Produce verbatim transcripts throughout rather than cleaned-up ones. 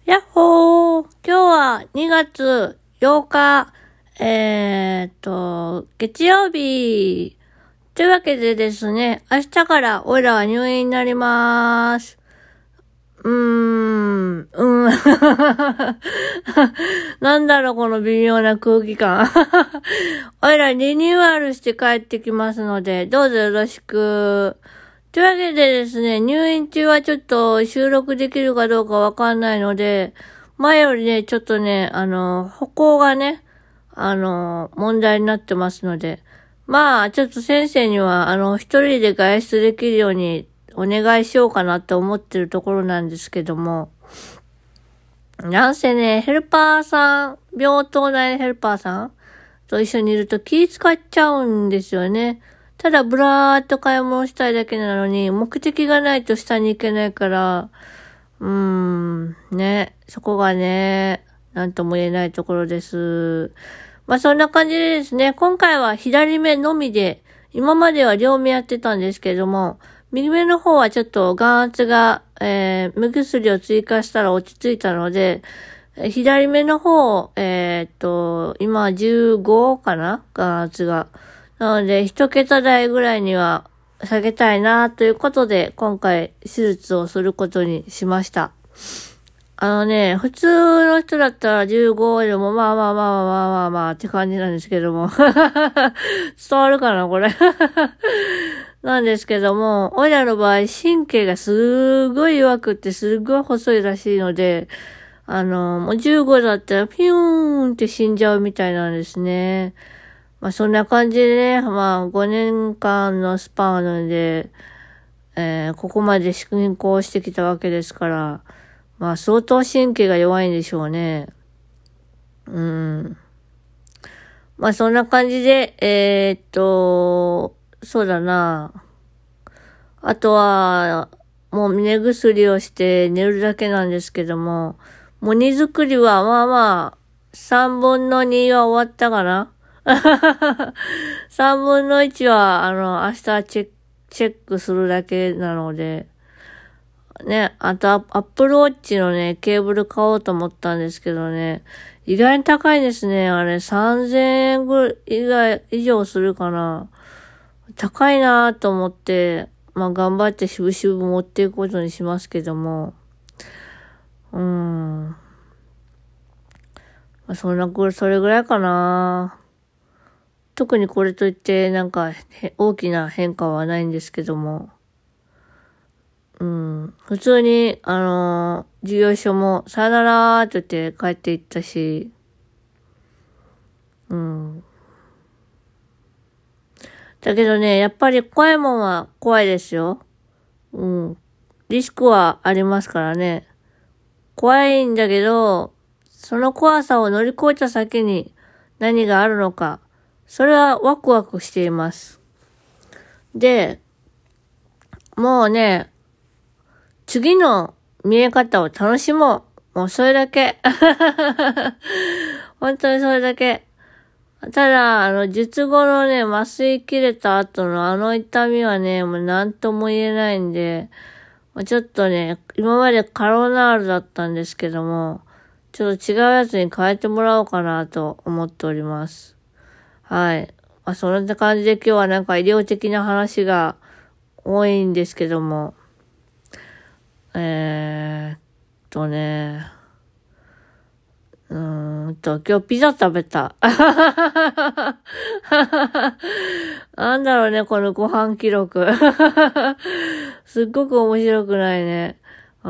やっほー、今日はにがつようか、えーっと、月曜日。というわけでですね、明日からオイラは入院になりまーす。うーん、うーん。なんだろう、この微妙な空気感。オイラリニューアルして帰ってきますので、どうぞよろしく。というわけでですね、入院中はちょっと収録できるかどうかわかんないので、前よりね、ちょっとね、あの、歩行がね、あの、問題になってますので、まあ、ちょっと先生には、あの、一人で外出できるようにお願いしようかなと思ってるところなんですけども、なんせね、ヘルパーさん、病棟内のヘルパーさんと一緒にいると気使っちゃうんですよね。ただブラーっと買い物したいだけなのに、目的がないと下に行けないから、うーん、ね、そこがね、なんとも言えないところです。まあそんな感じでですね、今回は左目のみで、今までは両目やってたんですけども、右目の方はちょっと眼圧が、えー、目薬を追加したら落ち着いたので、左目の方、えー、っと、今じゅうごかな眼圧が。なので、一桁台ぐらいには下げたいなということで、今回手術をすることにしました。あのね、普通の人だったらじゅうごでもまあまあまあまあまあまあまあって感じなんですけども。伝わるかなこれ。なんですけども、オイラの場合神経がすごい弱くってすごい細いらしいので、あの、もうじゅうごだったらピューンって死んじゃうみたいなんですね。まあそんな感じでね、まあごねんかんのスパンで、えー、ここまで進行してきたわけですから、まあ相当神経が弱いんでしょうね。うん。まあそんな感じで、えー、っと、そうだな。あとは、もう目薬をして寝るだけなんですけども、もう荷造りはまあまあ、三分の二は終わったかな三分の一は、あの、明日チェック、チェックするだけなので、ね、あとアップルウォッチのね、ケーブル買おうと思ったんですけどね、意外に高いですね。あれ、さんぜんえんぐらい、以外、以上するかな。高いなぁと思って、まあ頑張ってしぶしぶ持っていくことにしますけども、うーん。まあ、そんな、それぐらいかな。特にこれといってなんか大きな変化はないんですけども、うん。普通に、あのー、授業書もさよならーって言って帰っていったし、うん。だけどね、やっぱり怖いもんは怖いですよ。うん。リスクはありますからね。怖いんだけど、その怖さを乗り越えた先に何があるのか、それはワクワクしています。で、もうね、次の見え方を楽しもう。もうそれだけ。本当にそれだけ。ただ、あの、術後のね、麻酔切れた後のあの痛みはね、もう何とも言えないんで、ちょっとね、今までカロナールだったんですけども、ちょっと違うやつに変えてもらおうかなと思っております。はい。まあ、そんな感じで今日はなんか医療的な話が多いんですけども、えーっとね、うーんと、今日ピザ食べた。なんだろうね、このご飯記録。すっごく面白くないね。うん。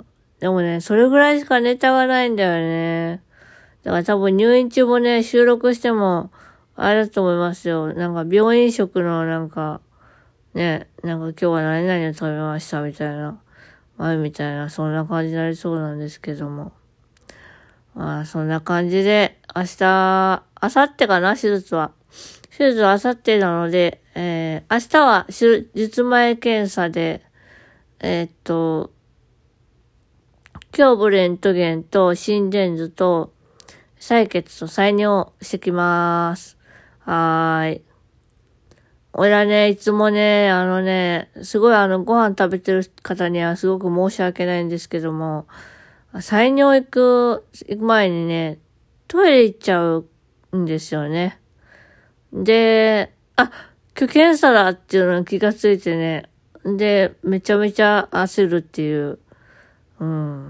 でもね、それぐらいしかネタがないんだよね。だから多分入院中もね、収録しても、あれだと思いますよ。なんか病院食のなんか、ね、なんか今日は何々を食べましたみたいな、前みたいな、そんな感じになりそうなんですけども。まあ、そんな感じで、明日、明後日かな、手術は。手術は明後日なので、えー、明日は手術前検査で、えー、っと、胸部レントゲンと心電図と採血と採尿してきます。はーい。俺はね、いつもね、あのね、すごいあの、ご飯食べてる方にはすごく申し訳ないんですけども、 採尿行く、行く前にね、トイレ行っちゃうんですよね。で、あ、今日検査だっていうのに気がついてね。で、めちゃめちゃ焦るっていう。うん。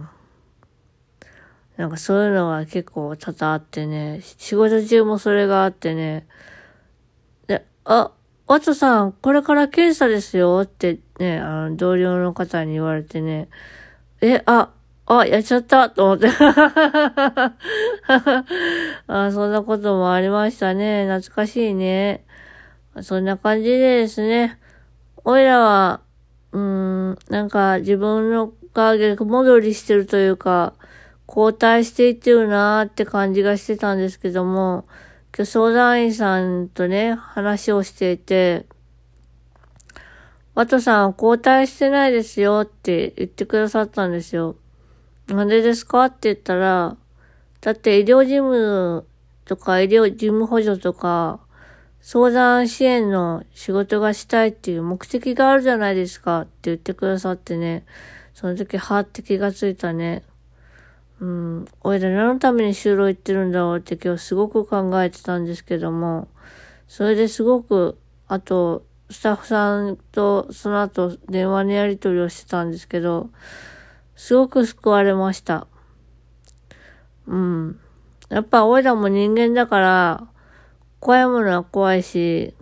なんかそういうのが結構多々あってね。仕事中もそれがあってね。で、あ、ワトさん、これから検査ですよってね、あの、同僚の方に言われてね。え、あ、あ、やっちゃったと思って。あ、そんなこともありましたね。懐かしいね。そんな感じでですね。おいらは、うーん、なんか自分のが逆戻りしてるというか、後退していってるなーって感じがしてたんですけども、今日相談員さんとね、話をしていて、ワトさん後退してないですよって言ってくださったんですよ。なんでですかって言ったら、だって医療事務とか医療事務補助とか、相談支援の仕事がしたいっていう目的があるじゃないですかって言ってくださってね、その時はーって気がついたね。うん、おいら何のために就労行ってるんだろうって今日すごく考えてたんですけども、それですごく、あと、スタッフさんとその後電話のやり取りをしてたんですけど、すごく救われました。うん。やっぱおいらも人間だから、怖いものは怖いし、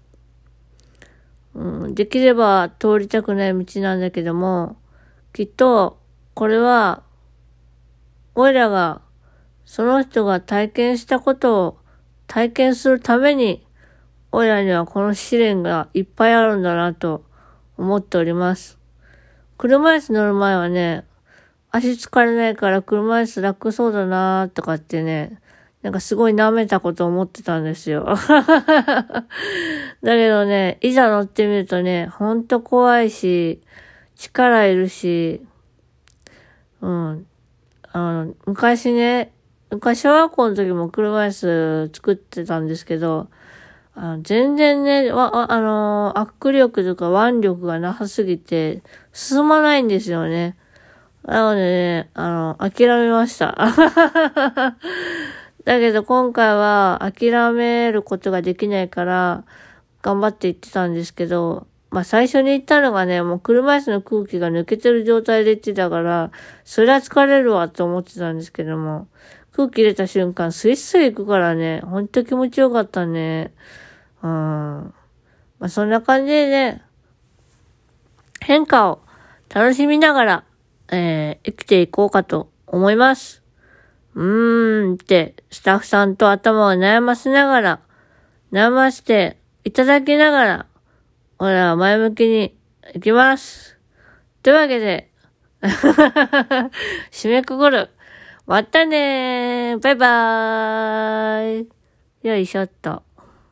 うん、できれば通りたくない道なんだけども、きっと、これは、おいらが、その人が体験したことを体験するために、おいらにはこの試練がいっぱいあるんだなと思っております。車椅子乗る前はね、足疲れないから車椅子楽そうだなーとかってね、なんかすごい舐めたこと思ってたんですよ。だけどね、いざ乗ってみるとね、ほんと怖いし、力いるし、うん。あの、昔ね、昔小学校の時も車椅子作ってたんですけど、あの全然ね、わあの、握力とか腕力がなさすぎて、進まないんですよね。なのでね、あの、諦めました。だけど今回は諦めることができないから、頑張って行ってたんですけど、まあ最初に行ったのがね、もう車椅子の空気が抜けてる状態で行ってたから、それは疲れるわと思ってたんですけども、空気入れた瞬間スイスイ行くからね、ほんと気持ちよかったね。うん。まあそんな感じでね、変化を楽しみながら、えー、生きていこうかと思います。うーんって、スタッフさんと頭を悩ませながら、悩ませていただきながら、俺は前向きに行きます。というわけで、締めくくる。またねー。バイバーイ。よいしょっと。